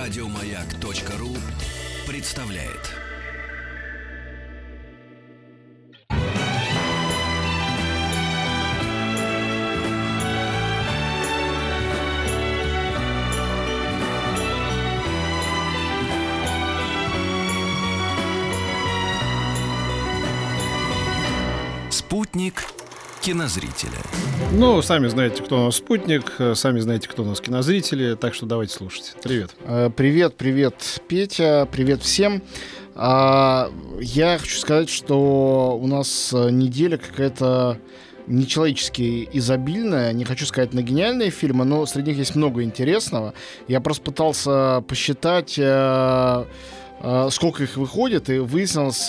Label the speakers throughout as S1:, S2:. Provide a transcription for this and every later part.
S1: Радиомаяк.ру представляет. Спутник кинозрителя.
S2: Ну, сами знаете, кто у нас спутник, сами знаете, кто у нас кинозрители, так что давайте слушать. Привет.
S3: Привет, Петя, привет всем. Я хочу сказать, что у нас неделя какая-то нечеловечески изобильная. Не хочу сказать на гениальные фильмы, но среди них есть много интересного. Я просто пытался посчитать, сколько их выходит, и выяснилось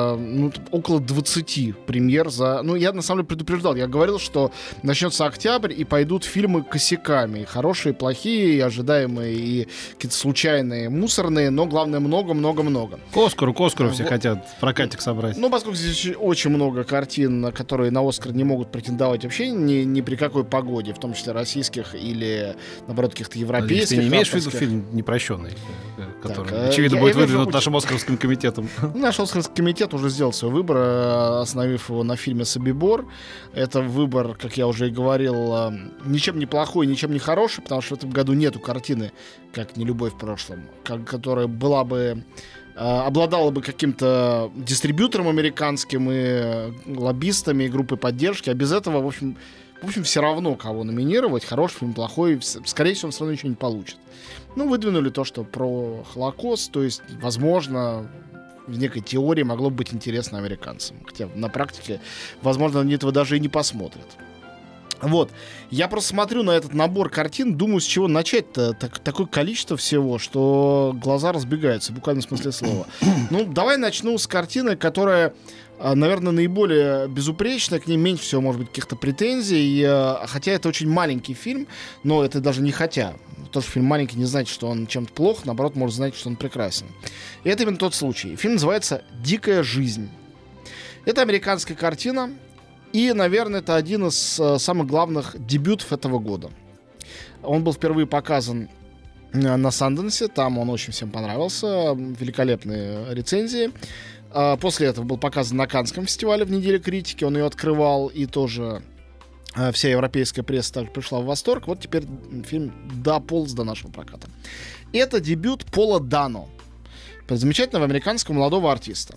S3: около 20 премьер за... Ну, я на самом деле предупреждал. Я говорил, что начнется октябрь, и пойдут фильмы косяками. И хорошие, и плохие, и ожидаемые, и какие-то случайные, мусорные, но, главное, много-много-много.
S2: К Оскару все хотят прокатик собрать.
S3: Ну, поскольку здесь очень много картин, которые на Оскар не могут претендовать вообще ни при какой погоде, в том числе российских или, наоборот, каких-то европейских.
S2: Ты не имеешь в виду фильм «Непрощенный», который, очевидно, будет выдвинут нашим Оскаровским комитетом?
S3: Наш Оскаровский комитет уже сделал свой выбор, остановив его на фильме «Собибор». Это выбор, как я уже и говорил, ничем не плохой, ничем не хороший, потому что в этом году нету картины, как «Нелюбовь в прошлом», которая была бы... обладала бы каким-то дистрибьютором американским и лоббистами, и группой поддержки, а без этого, в общем, все равно кого номинировать, хороший фильм, плохой, скорее всего, он все равно ничего не получит. Ну, выдвинули то, что про Холокост, то есть, возможно, в некой теории могло бы быть интересно американцам. Хотя на практике, возможно, они этого даже и не посмотрят. Вот. Я просто смотрю на этот набор картин, думаю, с чего начать-то. Такое количество всего, что глаза разбегаются, в буквальном смысле слова. Ну, давай начну с картины, которая, наверное, наиболее безупречная, к ней меньше всего, может быть, каких-то претензий. Хотя это очень маленький фильм, но это даже не хотя. То, что фильм маленький, не значит, что он чем-то плох, наоборот, может значить, что он прекрасен. И это именно тот случай. Фильм называется «Дикая жизнь». Это американская картина. И, наверное, это один из самых главных дебютов этого года. Он был впервые показан на Санденсе, там он очень всем понравился, великолепные рецензии. После этого был показан на Каннском фестивале в неделе критики, он ее открывал, и тоже вся европейская пресса также пришла в восторг. Вот теперь фильм дополз до нашего проката. Это дебют Пола Дано, замечательного американского молодого артиста.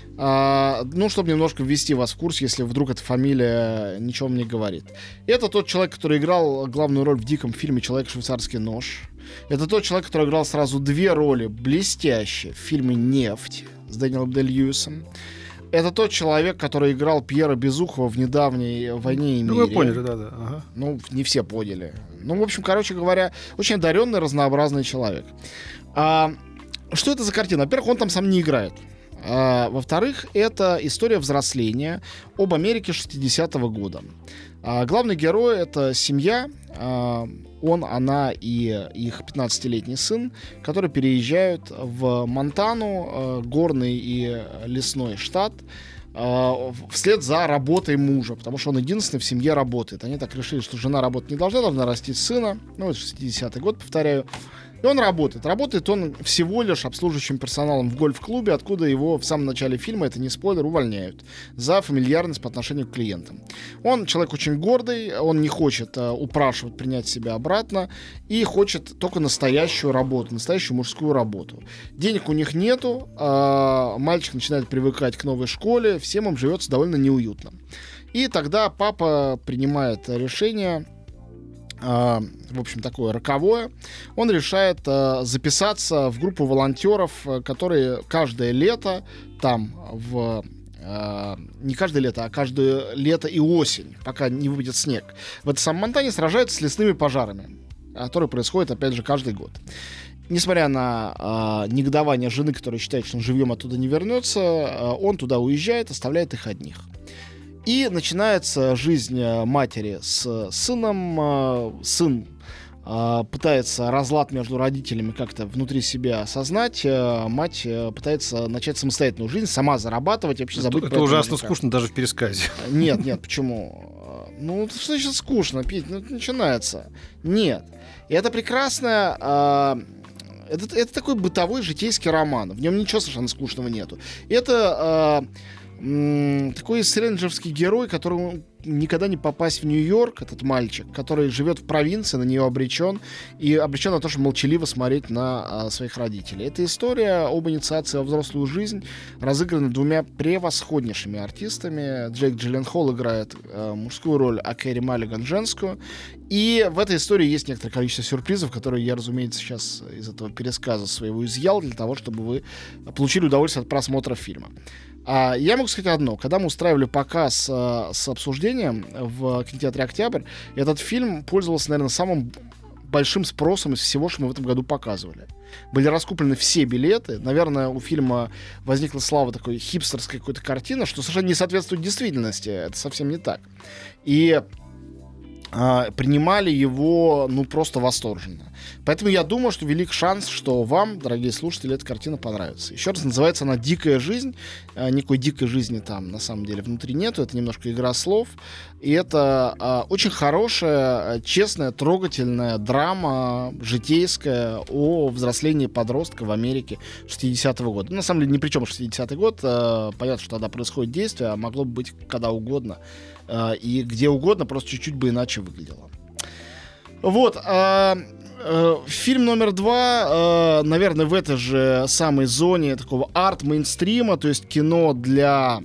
S3: Ну, чтобы немножко ввести вас в курс, если вдруг эта фамилия ничего мне говорит. Это тот человек, который играл главную роль в диком фильме «Человек-швейцарский нож». Это тот человек, который играл сразу две роли блестящие в фильме «Нефть» с Дэниелом Дэ-Льюисом. Это тот человек, который играл Пьера Безухова в недавней «Войне и мире».
S2: Ну, вы поняли, да. Ага.
S3: Ну, не все поняли. Ну, в общем, короче говоря, очень одаренный, разнообразный человек. Что это за картина? Во-первых, он там сам не играет. Во-вторых, это история взросления об Америке 60-го года. Главный герой — это семья, он, она и их 15-летний сын, которые переезжают в Монтану, горный и лесной штат, вслед за работой мужа, потому что он единственный в семье работает. Они так решили, что жена работать не должна растить сына. Ну, это 60-й год, повторяю. И он работает. Работает он всего лишь обслуживающим персоналом в гольф-клубе, откуда его в самом начале фильма, это не спойлер, увольняют за фамильярность по отношению к клиентам. Он человек очень гордый, он не хочет упрашивать принять себя обратно и хочет только настоящую работу, настоящую мужскую работу. Денег у них нету, мальчик начинает привыкать к новой школе, всем им живется довольно неуютно. И тогда папа принимает решение, в общем, такое роковое. Он решает записаться в группу волонтеров, которые каждое лето там не каждое лето, а каждое лето и осень, пока не выпадет снег, в этой самой Монтане сражаются с лесными пожарами, которые происходят, опять же, каждый год. Несмотря на негодование жены, которая считает, что он живьем оттуда не вернется, он туда уезжает, оставляет их одних. И начинается жизнь матери с сыном. Сын пытается разлад между родителями как-то внутри себя осознать. Мать пытается начать самостоятельную жизнь, сама зарабатывать, вообще забыть.
S2: Это ужасно скучно даже в пересказе.
S3: Нет, почему? Ну, что значит скучно, Петь? Ну, начинается. Нет. И это прекрасная Это такой бытовой житейский роман. В нем ничего совершенно скучного нету. Это такой стрэнджевский герой, которому никогда не попасть в Нью-Йорк, этот мальчик, который живет в провинции, на нее обречен, и обречен на то, чтобы молчаливо смотреть на своих родителей. Это история об инициации во взрослую жизнь, разыграна двумя превосходнейшими артистами. Джейк Джилленхол играет мужскую роль, а Кэрри Маллиган женскую. И в этой истории есть некоторое количество сюрпризов, которые я, разумеется, сейчас из этого пересказа своего изъял, для того, чтобы вы получили удовольствие от просмотра фильма. Я могу сказать одно. Когда мы устраивали показ с обсуждением в кинотеатре «Октябрь», этот фильм пользовался, наверное, самым большим спросом из всего, что мы в этом году показывали. Были раскуплены все билеты. Наверное, у фильма возникла слава такой хипстерской какой-то картины, что совершенно не соответствует действительности. Это совсем не так. И принимали его, просто восторженно. Поэтому я думаю, что велик шанс, что вам, дорогие слушатели, эта картина понравится. Еще раз, называется она «Дикая жизнь». Никакой дикой жизни там, на самом деле, внутри нету. Это немножко игра слов. И это очень хорошая, честная, трогательная драма житейская о взрослении подростка в Америке 60-го года. На самом деле, ни при чем 60-й год. Понятно, что тогда происходит действие, а могло бы быть когда угодно. И где угодно, просто чуть-чуть бы иначе выглядело. Вот. Фильм номер 2, наверное, в этой же самой зоне такого арт-мейнстрима, то есть кино для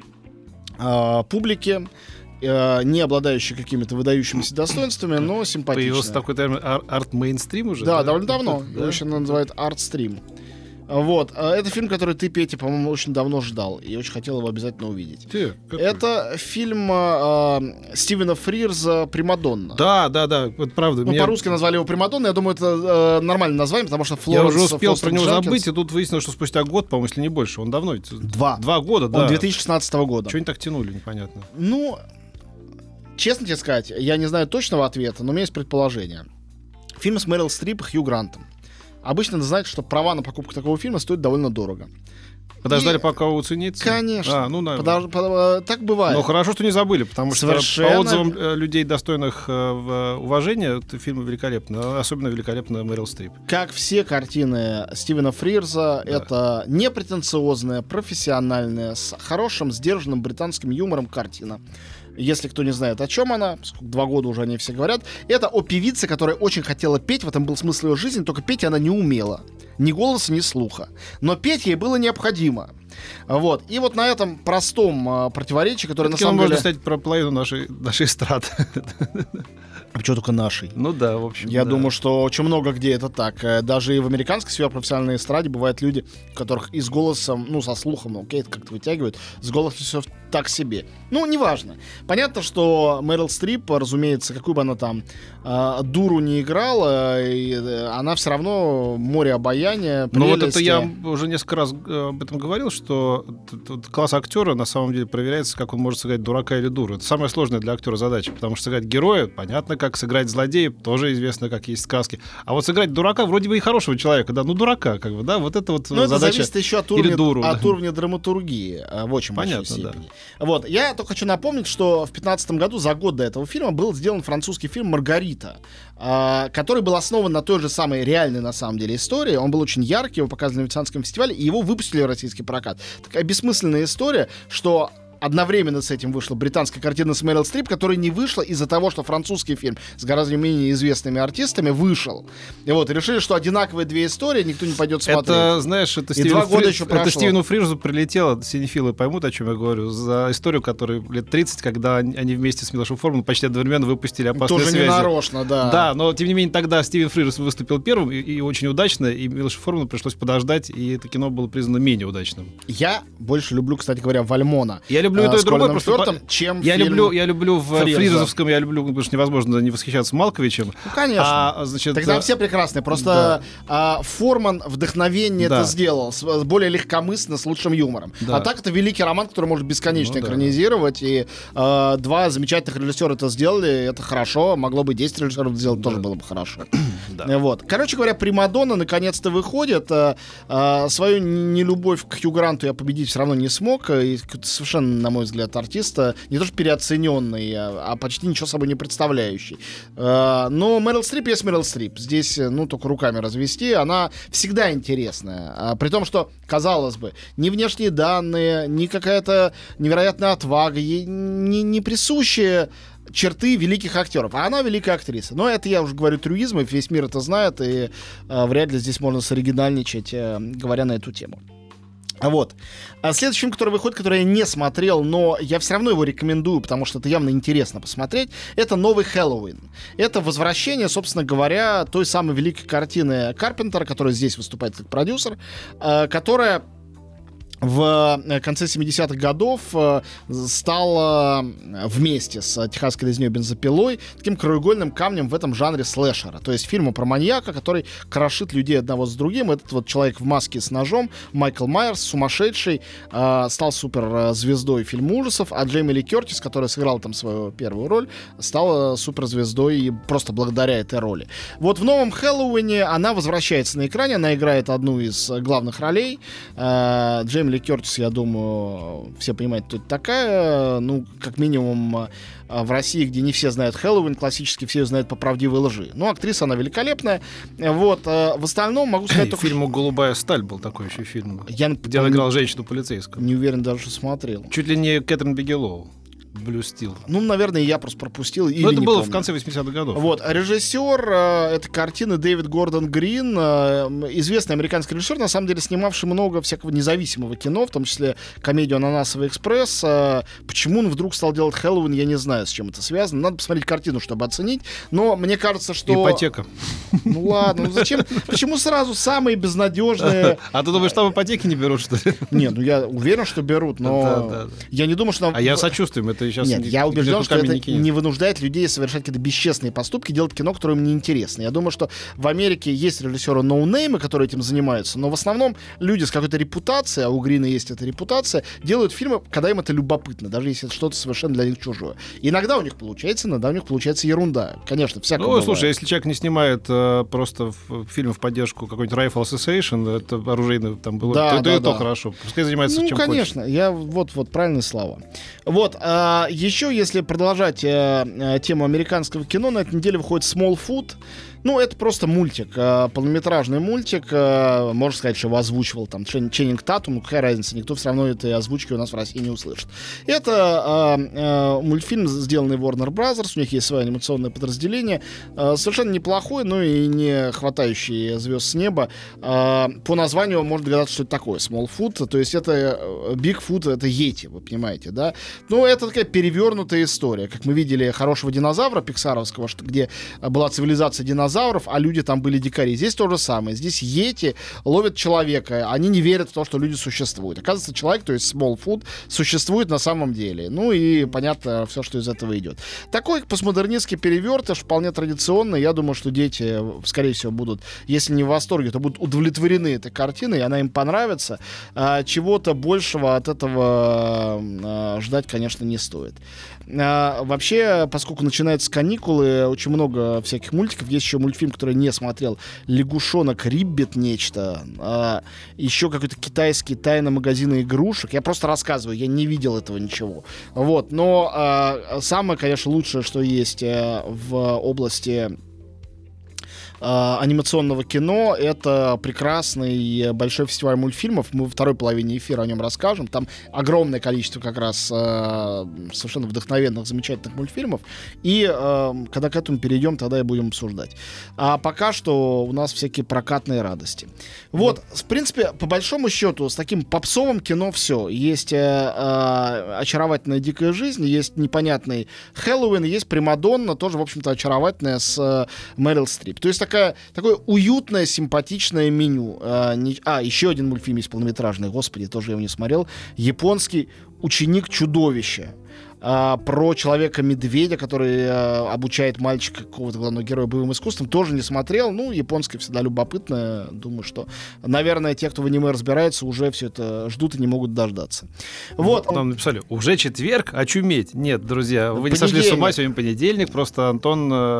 S3: публики, не обладающий какими-то выдающимися достоинствами, но симпатичный.
S2: Появился такой термин арт-мейнстрим уже?
S3: Да, довольно давно. Его еще называют арт-стрим. Вот. Это фильм, который ты, Петя, по-моему, очень давно ждал. И очень хотел его обязательно увидеть. Это фильм Стивена Фрирза «Примадонна».
S2: Да, это правда.
S3: По-русски назвали его «Примадонна». Я думаю, это нормальное название, потому что
S2: Я уже успел про него забыть, и тут выяснилось, что спустя год, по-моему, если не больше. Он давно. 2 года, да.
S3: Он 2016 года.
S2: Чего они так тянули, непонятно.
S3: Честно тебе сказать, я не знаю точного ответа, но у меня есть предположение. Фильм с Мэрил Стрип и Хью Грантом. Обычно надо знать, что права на покупку такого фильма стоят довольно дорого.
S2: Подождали, пока уценится?
S3: Конечно. Так бывает.
S2: Но хорошо, что не забыли, потому что по отзывам людей, достойных уважения, фильм великолепный. Особенно великолепно Мэрил Стрип.
S3: Как все картины Стивена Фрирза, это непретенциозная, профессиональная, с хорошим, сдержанным британским юмором картина. Если кто не знает, о чем она, 2 года уже они все говорят, это о певице, которая очень хотела петь, в этом был смысл ее жизни, только петь она не умела. Ни голоса, ни слуха. Но петь ей было необходимо. Вот. И вот на этом простом противоречии, которое на самом деле...
S2: можно сказать про половину нашей эстрады.
S3: А почему только нашей?
S2: Да, в общем.
S3: Я думаю, что очень много где это так. Даже и в американской сверхпрофессиональной эстраде бывают люди, у которых и с голосом, со слухом, это как-то вытягивают, с голосом все так себе. Неважно. Понятно, что Мэрил Стрип, разумеется, какую бы она там дуру не играла, она все равно море обаяния, прелести.
S2: Вот это я уже несколько раз об этом говорил, что класс актера на самом деле проверяется, как он может сыграть дурака или дуру. Это самая сложная для актера задача, потому что сыграть героя, понятно, как сыграть злодея, тоже известно, как есть сказки. А вот сыграть дурака, вроде бы и хорошего человека, дурака, вот это вот задача.
S3: Это зависит еще от уровня драматургии в очень
S2: большой
S3: степени.
S2: Да.
S3: Вот. Я только хочу напомнить, что в 2015 году, за год до этого фильма, был сделан французский фильм «Маргарита», который был основан на той же самой реальной, на самом деле, истории. Он был очень яркий, его показывали на Венецианском фестивале, и его выпустили в российский прокат. Такая бессмысленная история, что одновременно с этим вышла британская картина с Мэрил Стрип, которая не вышла из-за того, что французский фильм с гораздо менее известными артистами вышел. И решили, что одинаковые две истории, никто не пойдет смотреть.
S2: Это, знаешь, это Стивену Фрирзу прилетело, синефилы поймут, о чем я говорю, за историю, которой лет 30, когда они вместе с Милошем Форманом почти одновременно выпустили «Опасные связи».
S3: Тоже не нарочно, да.
S2: Да, но тем не менее тогда Стивен Фрирз выступил первым и очень удачно, и Милошу Форману пришлось подождать, и это кино было признано менее удачным.
S3: Я больше люблю, кстати говоря, Вальмона.
S2: Я люблю и то, и другое, просто
S3: чем
S2: я люблю в Фрирзовском, потому что невозможно не восхищаться Малковичем.
S3: Конечно. Тогда все прекрасные. Просто Форман вдохновение это сделал, более легкомысленно, с лучшим юмором. Да. А так это великий роман, который может бесконечно экранизировать. И 2 замечательных режиссера это сделали, это хорошо. Могло бы 10 режиссеров сделать, тоже было бы хорошо. Вот. Короче говоря, «Примадонна» наконец-то выходит. Свою нелюбовь к Хью Гранту я победить все равно не смог. И совершенно на мой взгляд, артиста, не то что переоцененный, а почти ничего собой не представляющий. Но Мэрил Стрип есть Мэрил Стрип. Здесь, только руками развести. Она всегда интересная. При том, что, казалось бы, ни внешние данные, ни какая-то невероятная отвага, ей не присущие черты великих актеров. А она великая актриса. Но это я уже говорю трюизмы, весь мир это знает, и вряд ли здесь можно соригинальничать, говоря на эту тему. Вот. Следующий фильм, который выходит, который я не смотрел, но я все равно его рекомендую, потому что это явно интересно посмотреть, это новый «Хэллоуин». Это возвращение, собственно говоря, той самой великой картины Карпентера, которая здесь выступает как продюсер, которая в конце 70-х годов стала вместе с «Техасской резнёй бензопилой» таким краеугольным камнем в этом жанре слэшера. То есть фильма про маньяка, который крошит людей одного с другим. Этот вот человек в маске с ножом, Майкл Майерс, сумасшедший, стал суперзвездой фильма ужасов, а Джейми Ли Кертис, которая сыграла там свою первую роль, стала суперзвездой просто благодаря этой роли. Вот в новом «Хэллоуине» она возвращается на экране, она играет одну из главных ролей. Джейми Ли Кертис, я думаю, все понимают, кто это такая. Как минимум, в России, где не все знают Хэллоуин, классически все ее знают по правдивой лжи. Актриса она великолепная. Вот. В остальном могу сказать только...
S2: Фильм «Голубая сталь» был такой еще фильм, где он играл женщину-полицейскую.
S3: Не уверен даже, что смотрел.
S2: Чуть ли не Кэтрин Бигелоу. Blue Steel.
S3: Наверное, я просто пропустил.
S2: Но это было в конце 80-х годов.
S3: Вот. Режиссер этой картины Дэвид Гордон Грин, известный американский режиссер, на самом деле снимавший много всякого независимого кино, в том числе комедию «Ананасовый экспресс». Почему он вдруг стал делать «Хэллоуин», я не знаю, с чем это связано. Надо посмотреть картину, чтобы оценить. Но мне кажется, что...
S2: Ипотека.
S3: Ладно, зачем? Почему сразу самые безнадежные...
S2: А ты думаешь, там ипотеки не берут, что ли?
S3: Нет, я уверен, что берут, но я не думаю, что...
S2: А я сочувствую, это сейчас...
S3: Нет, я убежден, что это не вынуждает людей совершать какие-то бесчестные поступки, делать кино, которое им не интересно. Я думаю, что в Америке есть режиссеры ноунеймы, которые этим занимаются, но в основном люди с какой-то репутацией, а у Грина есть эта репутация, делают фильмы, когда им это любопытно, даже если это что-то совершенно для них чужое. Иногда у них получается, иногда у них получается ерунда. Конечно, всякое бывает.
S2: Слушай, если человек не снимает просто фильм в поддержку какой-нибудь Rifle Association, это оружейный там было, то хорошо. Пускай занимается чем хочет.
S3: Конечно, я вот правильные слова. Вот, еще, если продолжать тему американского кино, на этой неделе выходит Smallfoot. Это просто мультик, полнометражный мультик. Можно сказать, что его озвучивал там Ченнинг Татум. Какая разница, никто все равно этой озвучки у нас в России не услышит. Это мультфильм, сделанный Warner Brothers. У них есть свое анимационное подразделение. Совершенно неплохой, но и не хватающий звезд с неба. По названию можно догадаться, что это такое. Smallfoot. То есть это Bigfoot, это Йети, вы понимаете, да? Это такая перевернутая история. Как мы видели «Хорошего динозавра» пиксаровского, где была цивилизация динозавров, а люди там были дикари. Здесь то же самое. Здесь йети ловят человека. Они не верят в то, что люди существуют. Оказывается, человек, то есть Smallfoot, существует на самом деле. И понятно все, что из этого идет. Такой постмодернистский перевертыш, вполне традиционный. Я думаю, что дети, скорее всего, будут, если не в восторге, то будут удовлетворены этой картиной, и она им понравится. Чего-то большего от этого ждать, конечно, не стоит. Вообще, поскольку начинаются каникулы, очень много всяких мультиков. Есть еще мультфильм, который я не смотрел. «Лягушонок Риббит» нечто. Еще какой-то китайский «Тайна магазина игрушек». Я просто рассказываю, я не видел этого ничего. Вот. Но самое, конечно, лучшее, что есть в области анимационного кино, это прекрасный большой фестиваль мультфильмов. Мы во второй половине эфира о нем расскажем. Там огромное количество как раз совершенно вдохновенных, замечательных мультфильмов. И когда к этому перейдем, тогда и будем обсуждать. А пока что у нас всякие прокатные радости. Вот, в принципе, по большому счету, с таким попсовым кино все. Есть очаровательная дикая жизнь, есть непонятный Хэллоуин, есть Примадонна, тоже, в общем-то, очаровательная с Мэрил Стрип. То есть такое уютное, симпатичное меню. Еще один мультфильм есть полнометражный, господи, тоже я его не смотрел. Японский «Ученик-чудовище». Про человека-медведя, который обучает мальчика какого-то главного героя боевым искусствам, тоже не смотрел. Японское всегда любопытно. Думаю, что, наверное, те, кто в аниме разбирается, уже все это ждут и не могут дождаться. Вот.
S2: Нам написали, уже четверг, очуметь. Нет, друзья, вы не сошли с ума, сегодня понедельник, просто Антон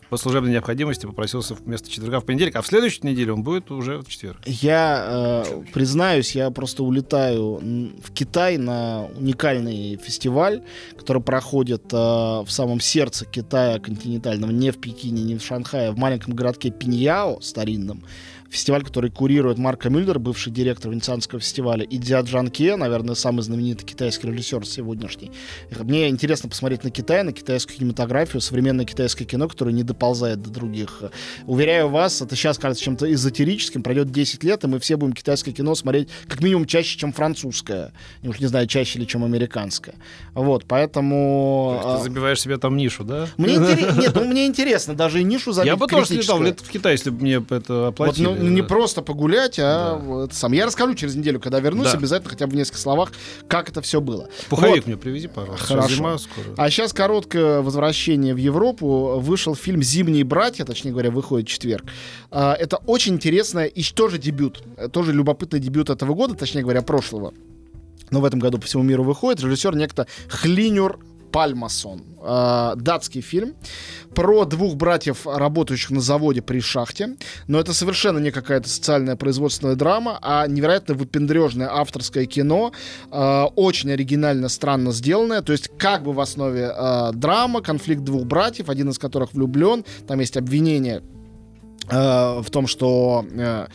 S2: по служебной необходимости попросился вместо четверга в понедельник, а в следующей неделе он будет уже в четверг.
S3: Я признаюсь, я просто улетаю в Китай на уникальный фестиваль, который проходит в самом сердце Китая континентального, не в Пекине, не в Шанхае, в маленьком городке Пиньяо старинном. Фестиваль, который курирует Марко Мюллер, бывший директор Венецианского фестиваля, и Дзя Джанке, наверное, самый знаменитый китайский режиссер сегодняшний. Мне интересно посмотреть на Китай, на китайскую кинематографию, современное китайское кино, которое не доползает до других. Уверяю вас, это сейчас кажется чем-то эзотерическим, пройдет 10 лет, и мы все будем китайское кино смотреть как минимум чаще, чем французское. Я уж не знаю, чаще ли, чем американское. Вот, поэтому...
S2: Ты забиваешь себе там нишу, да?
S3: Нет, мне интересно даже и нишу забить.
S2: Я бы тоже слетал в Китай, если бы мне это оплатили.
S3: Не просто погулять, а сам. Я расскажу через неделю, когда вернусь, обязательно хотя бы в нескольких словах, как это все было.
S2: Пуховик мне привези, пожалуйста.
S3: Хорошо.
S2: Зима скоро.
S3: А сейчас короткое возвращение в Европу. Вышел фильм «Зимние братья», точнее говоря, выходит в четверг. Это очень интересное и тоже дебют. Тоже любопытный дебют этого года, точнее говоря, прошлого. Но в этом году по всему миру выходит. Режиссер некто Хлинюр Пальмасон. Датский фильм про двух братьев, работающих на заводе при шахте. Но это совершенно не какая-то социальная производственная драма, а невероятно выпендрежное авторское кино. Очень оригинально, странно сделанное. То есть как бы в основе драма, конфликт двух братьев, один из которых влюблен. Там есть обвинение в том, что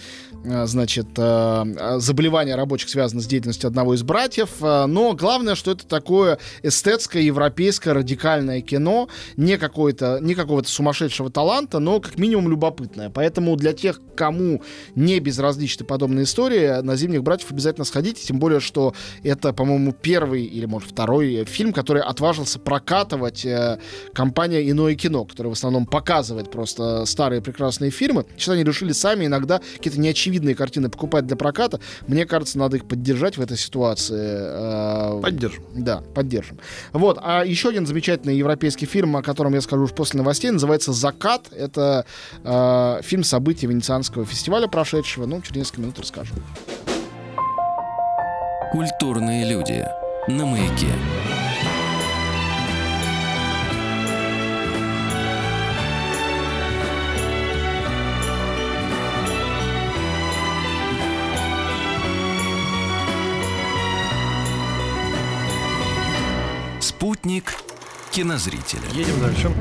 S3: заболевание рабочих связано с деятельностью одного из братьев, но главное, что это такое эстетское, европейское, радикальное кино, не какого-то сумасшедшего таланта, но как минимум любопытное. Поэтому для тех, кому не безразличны подобные истории, на «Зимних братьев» обязательно сходите, тем более, что это, по-моему, первый или, может, второй фильм, который отважился прокатывать компания «Иное кино», которая в основном показывает просто старые прекрасные фильмы. Сейчас они решили сами иногда какие-то неочевидные картины покупать для проката. Мне кажется, надо их поддержать в этой ситуации.
S2: Поддержим.
S3: Да, поддержим. Вот. А еще один замечательный европейский фильм, о котором я скажу уже после новостей, называется «Закат». Это фильм событий Венецианского фестиваля прошедшего. Ну, через несколько минут расскажу.
S1: Культурные люди. На Маяке. Спутник кинозрителя.
S2: Едем дальше.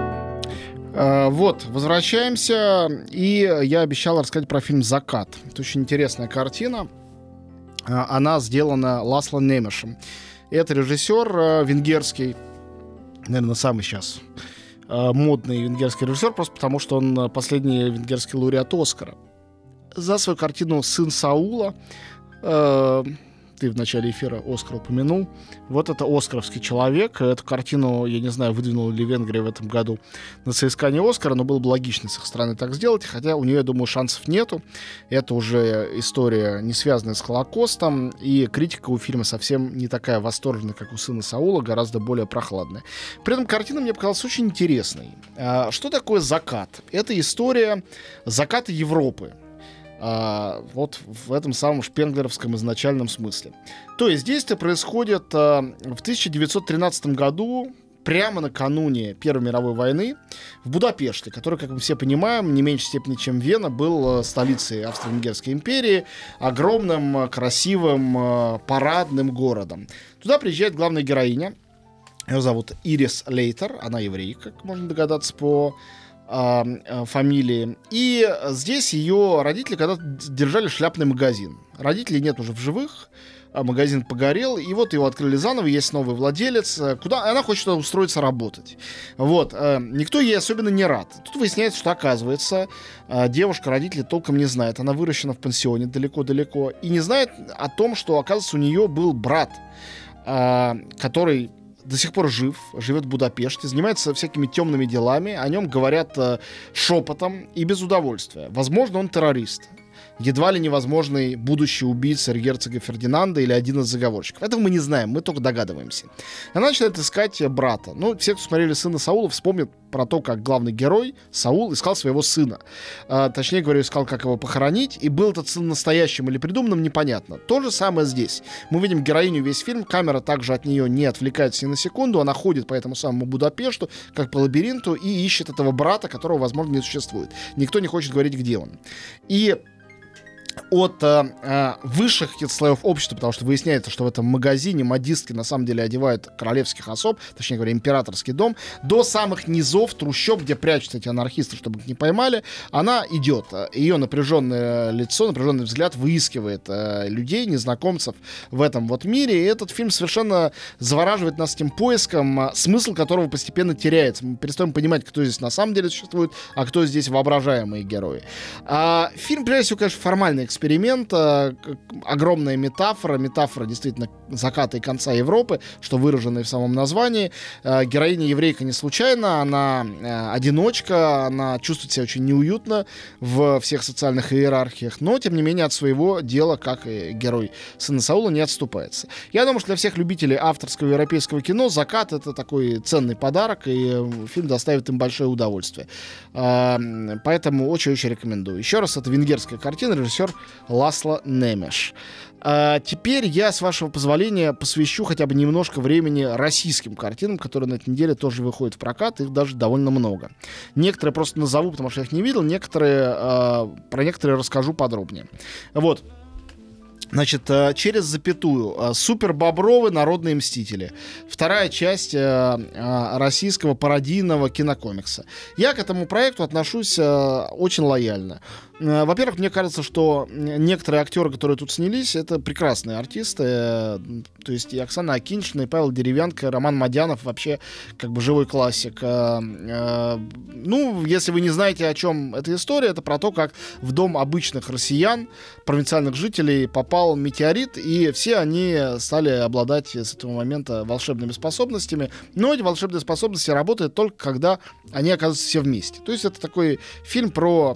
S3: Вот, возвращаемся. И я обещал рассказать про фильм «Закат». Это очень интересная картина. Она сделана Ласло Немешем. Это режиссер венгерский, наверное, самый сейчас модный венгерский режиссер, просто потому что он последний венгерский лауреат Оскара. За свою картину «Сын Саула», ты в начале эфира Оскар упомянул. Вот это оскаровский человек. Эту картину, я не знаю, выдвинула ли Венгрия в этом году на соискание Оскара, но было бы логично с их стороны так сделать, хотя у нее, я думаю, шансов нету. Это уже история, не связанная с Холокостом, и критика у фильма совсем не такая восторженная, как у «Сына Саула», гораздо более прохладная. При этом картина мне показалась очень интересной. Что такое закат? Это история заката Европы. Вот в этом самом шпенглеровском изначальном смысле. То есть действие происходит в 1913 году, прямо накануне Первой мировой войны, в Будапеште, который, как мы все понимаем, не меньшей степени, чем Вена, был столицей Австро-Венгерской империи, огромным, красивым, парадным городом. Туда приезжает главная героиня. Ее зовут Ирис Лейтер, она еврейка, как можно догадаться по фамилии. И здесь ее родители когда-то держали шляпный магазин. Родителей нет уже в живых, магазин погорел, и вот его открыли заново, есть новый владелец, куда она хочет устроиться работать. Вот. Никто ей особенно не рад. Тут выясняется, что, оказывается, девушка родителей толком не знает. Она выращена в пансионе далеко-далеко и не знает о том, что, оказывается, у нее был брат, который до сих пор жив, живет в Будапеште, занимается всякими темными делами, о нем говорят шепотом и без удовольствия. Возможно, он террорист. едва ли невозможный будущий убийца герцога Фердинанда или один из заговорщиков. Этого мы не знаем, мы только догадываемся. Она начинает искать брата. Ну, все, кто смотрели «Сына Саула», вспомнят про то, как главный герой Саул искал своего сына. Точнее говоря, искал, как его похоронить. И был этот сын настоящим или придуманным, непонятно. То же самое здесь. Мы видим героиню весь фильм, камера также от нее не отвлекается ни на секунду, она ходит по этому самому Будапешту, как по лабиринту, и ищет этого брата, которого, возможно, не существует. Никто не хочет говорить, где он. И от высших каких-то слоев общества, потому что выясняется, что в этом магазине модистки на самом деле одевают королевских особ, точнее говоря, императорский дом, до самых низов трущоб, где прячутся эти анархисты, чтобы их не поймали, она идет. Ее напряженное лицо, напряженный взгляд выискивает людей, незнакомцев в этом вот мире, и этот фильм совершенно завораживает нас этим поиском, смысл которого постепенно теряется. Мы перестаем понимать, кто здесь на самом деле существует, а кто здесь воображаемые герои. Фильм, прежде всего, конечно, формальный эксперимент, огромная метафора действительно заката и конца Европы, что выражено и в самом названии. Героиня еврейка не случайно, она одиночка, она чувствует себя очень неуютно в всех социальных иерархиях, но, тем не менее, от своего дела, как и герой «Сына Саула», не отступается. Я думаю, что для всех любителей авторского европейского кино «Закат» — это такой ценный подарок, и фильм доставит им большое удовольствие. Поэтому очень-очень рекомендую. Еще раз, это венгерская картина, режиссер Ласло Немеш. Теперь я, с вашего позволения, посвящу хотя бы немножко времени российским картинам, которые на этой неделе тоже выходят в прокат, их даже довольно много. Некоторые просто назову, потому что я их не видел, про некоторые расскажу подробнее. Вот. Значит, через запятую. Супербобровы народные мстители. Вторая часть российского пародийного кинокомикса. Я к этому проекту отношусь очень лояльно. Во-первых, мне кажется, что некоторые актеры, которые тут снялись, это прекрасные артисты. То есть и Оксана Акиньшина, и Павел Деревянко, и Роман Мадянов вообще как бы живой классик. Ну, если вы не знаете, о чем эта история, это про то, как в дом обычных россиян, провинциальных жителей, попал метеорит, и все они стали обладать с этого момента волшебными способностями. Но эти волшебные способности работают только когда они оказываются все вместе. То есть это такой фильм про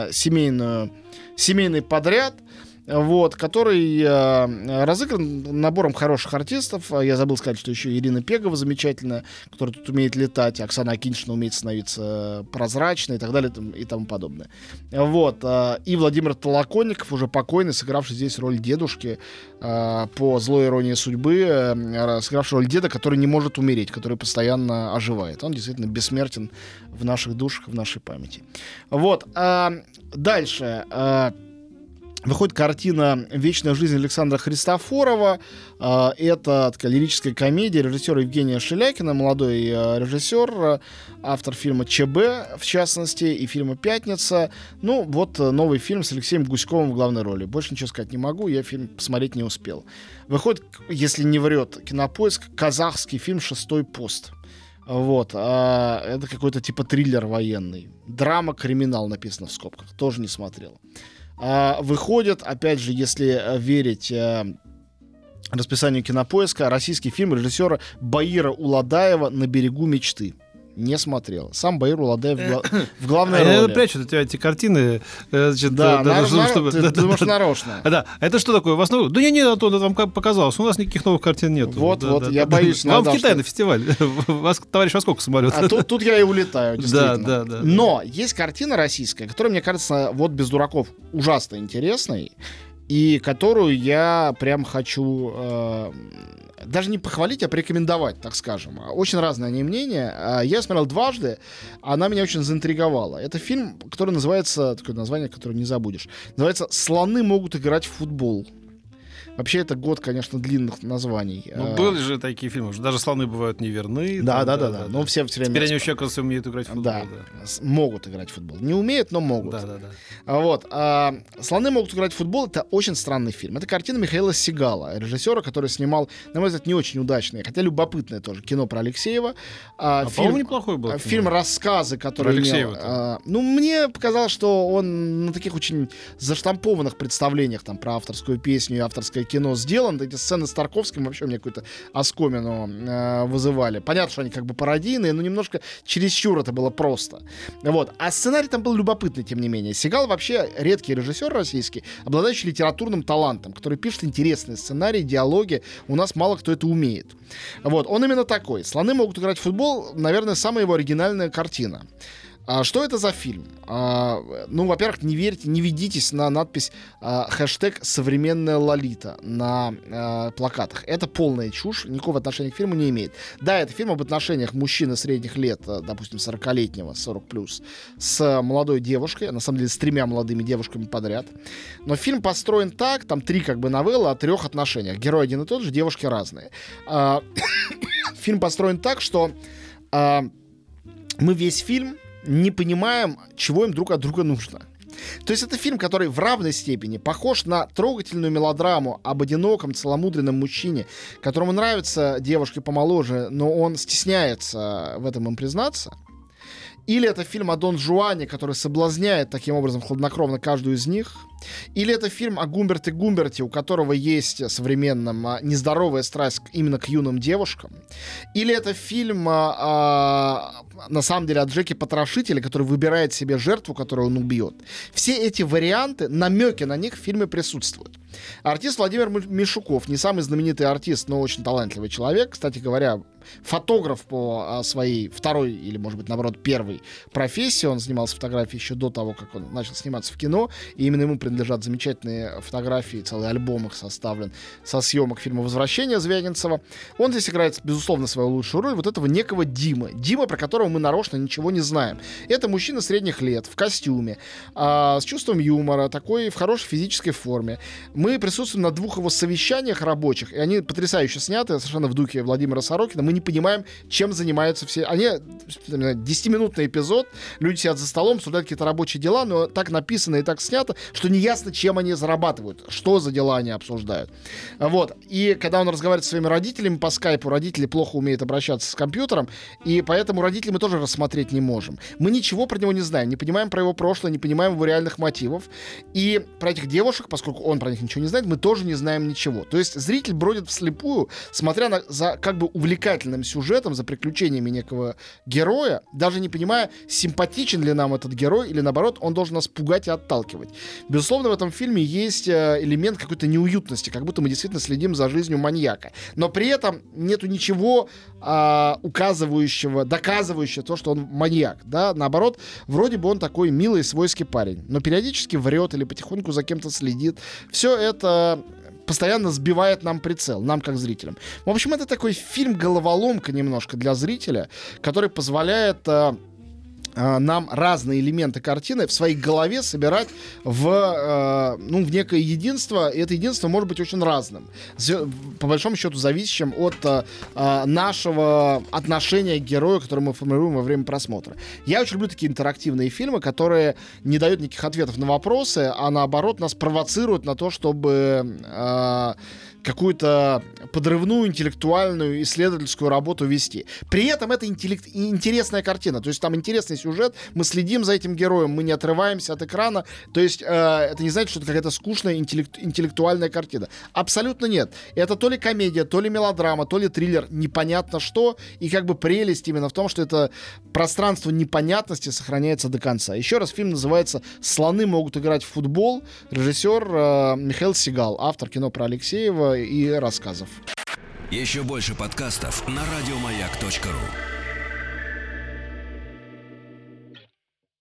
S3: семейный подряд, вот, который разыгран набором хороших артистов. Я забыл сказать, что еще Ирина Пегова замечательная, которая тут умеет летать, Оксана Акиньшина умеет становиться прозрачной и так далее и тому подобное. Вот. И Владимир Толоконников, уже покойный, сыгравший здесь роль дедушки по злой иронии судьбы, сыгравший роль деда, который не может умереть, который постоянно оживает. Он действительно бессмертен в наших душах, в нашей памяти. Вот. Дальше. Выходит картина «Вечная жизнь» Александра Христофорова. Это такая лирическая комедия режиссера Евгения Шелякина, молодой режиссер, автор фильма ЧБ, в частности, и фильма «Пятница». Ну, вот новый фильм с Алексеем Гуськовым в главной роли. Больше ничего сказать не могу, я фильм посмотреть не успел. Выходит, если не врет Кинопоиск, казахский фильм «Шестой пост». Вот, это какой-то типа триллер военный. Драма, криминал написано в скобках. Тоже не смотрел. Выходит, опять же, если верить расписанию Кинопоиска, российский фильм режиссера Баира Уладаева «На берегу мечты». Не смотрел. Сам Баир Уладаев в главной роли.
S2: Они прячут эти картины. Значит,
S3: да, ты думаешь, нарочно.
S2: Да, это что такое? В основном? Да нет, Антон, это вам показалось. У нас никаких новых картин нет.
S3: Вот, я боюсь.
S2: Вам в Китай на фестиваль. Товарищ, во сколько самолет?
S3: А тут я и улетаю, действительно.
S2: Да.
S3: Но есть картина российская, которая, мне кажется, вот без дураков ужасно интересной, и которую я прям хочу... даже не похвалить, а порекомендовать, так скажем. Очень разные они мнения. Я смотрел дважды, она меня очень заинтриговала. Это фильм, который называется, такое название, которое не забудешь, называется «Слоны могут играть в футбол». Вообще, это год, конечно, длинных названий.
S2: Ну, были же такие фильмы, что даже слоны бывают неверны.
S3: Да. Но все время...
S2: Теперь они вообще, оказывается, умеют играть в футбол.
S3: Да, могут играть в футбол. Не умеют, но могут.
S2: Да.
S3: Вот. «Слоны могут играть в футбол» — это очень странный фильм. Это картина Михаила Сигала, режиссера, который снимал, на мой взгляд, не очень удачное, хотя любопытное тоже кино про Алексеева.
S2: По-моему, неплохой был.
S3: Фильм «Рассказы», который
S2: Алексеева.
S3: Мне показалось, что он на таких очень заштампованных представлениях там про авторскую песню и авторское кино сделан. Эти сцены с Тарковским вообще мне какую-то оскомину вызывали. Понятно, что они как бы пародийные, но немножко чересчур это было просто. Вот. А сценарий там был любопытный, тем не менее. Сигал вообще редкий режиссер российский, обладающий литературным талантом, который пишет интересные сценарии, диалоги. У нас мало кто это умеет. Вот. Он именно такой. «Слоны могут играть в футбол», наверное, самая его оригинальная картина. Что это за фильм? Во-первых, не верьте, не ведитесь на надпись хэштег «Современная Лолита» на плакатах. Это полная чушь, никакого отношения к фильму не имеет. Да, это фильм об отношениях мужчины средних лет, допустим, 40-летнего, 40+, с молодой девушкой, на самом деле с 3 молодыми девушками подряд. Но фильм построен так, там 3 как бы новеллы о 3 отношениях. Герой один и тот же, девушки разные. Фильм построен так, что мы весь фильм не понимаем, чего им друг от друга нужно. То есть это фильм, который в равной степени похож на трогательную мелодраму об одиноком, целомудренном мужчине, которому нравится девушка помоложе, но он стесняется в этом им признаться. Или это фильм о Дон Жуане, который соблазняет таким образом хладнокровно каждую из них. Или это фильм о Гумберте Гумберте, у которого есть современном нездоровая страсть именно к юным девушкам. Или это фильм, на самом деле, о Джеке Потрошителе, который выбирает себе жертву, которую он убьет. Все эти варианты, намеки на них в фильме присутствуют. Артист Владимир Мишуков, не самый знаменитый артист, но очень талантливый человек. Кстати говоря, фотограф по своей второй или, может быть, наоборот, первой профессии. Он занимался фотографией еще до того, как он начал сниматься в кино. И именно ему принадлежат замечательные фотографии, целый альбом их составлен со съемок фильма «Возвращение» Звягинцева. Он здесь играет, безусловно, свою лучшую роль вот этого некого Димы. Дима, про которого мы нарочно ничего не знаем. Это мужчина средних лет, в костюме, с чувством юмора, такой в хорошей физической форме. Мы присутствуем на 2 его совещаниях рабочих, и они потрясающе сняты, совершенно в духе Владимира Сорокина. Мы не понимаем, чем занимаются все. Они, 10-минутный эпизод, люди сидят за столом, обсуждают какие-то рабочие дела, но так написано и так снято, что неясно, чем они зарабатывают, что за дела они обсуждают. Вот. И когда он разговаривает со своими родителями по скайпу, родители плохо умеют обращаться с компьютером, и поэтому родителей мы тоже рассмотреть не можем. Мы ничего про него не знаем, не понимаем про его прошлое, не понимаем его реальных мотивов. И про этих девушек, поскольку он про них ничего не знает, мы тоже не знаем ничего. То есть зритель бродит вслепую, смотря за как бы увлекательным сюжетом, за приключениями некого героя, даже не понимая, симпатичен ли нам этот герой, или наоборот, он должен нас пугать и отталкивать. Безусловно, в этом фильме есть элемент какой-то неуютности, как будто мы действительно следим за жизнью маньяка. Но при этом нету ничего указывающего, доказывающего то, что он маньяк. Да? Наоборот, вроде бы он такой милый свойский парень, но периодически врет или потихоньку за кем-то следит. Все это постоянно сбивает нам прицел, нам как зрителям. В общем, это такой фильм-головоломка немножко для зрителя, который позволяет нам разные элементы картины в своей голове собирать в некое единство, и это единство может быть очень разным, по большому счету зависящим от нашего отношения к герою, который мы формируем во время просмотра. Я очень люблю такие интерактивные фильмы, которые не дают никаких ответов на вопросы, а наоборот нас провоцируют на то, чтобы какую-то подрывную интеллектуальную исследовательскую работу вести. При этом это интересная картина, то есть там интересный сюжет, мы следим за этим героем, мы не отрываемся от экрана, то есть это не значит, что это какая-то скучная интеллектуальная картина. Абсолютно нет. Это то ли комедия, то ли мелодрама, то ли триллер, непонятно что, и как бы прелесть именно в том, что это пространство непонятности сохраняется до конца. Еще раз, фильм называется «Слоны могут играть в футбол», режиссер Михаил Сигал, автор кино про Алексеева и рассказов.
S1: Еще больше подкастов на радиомаяк.ру.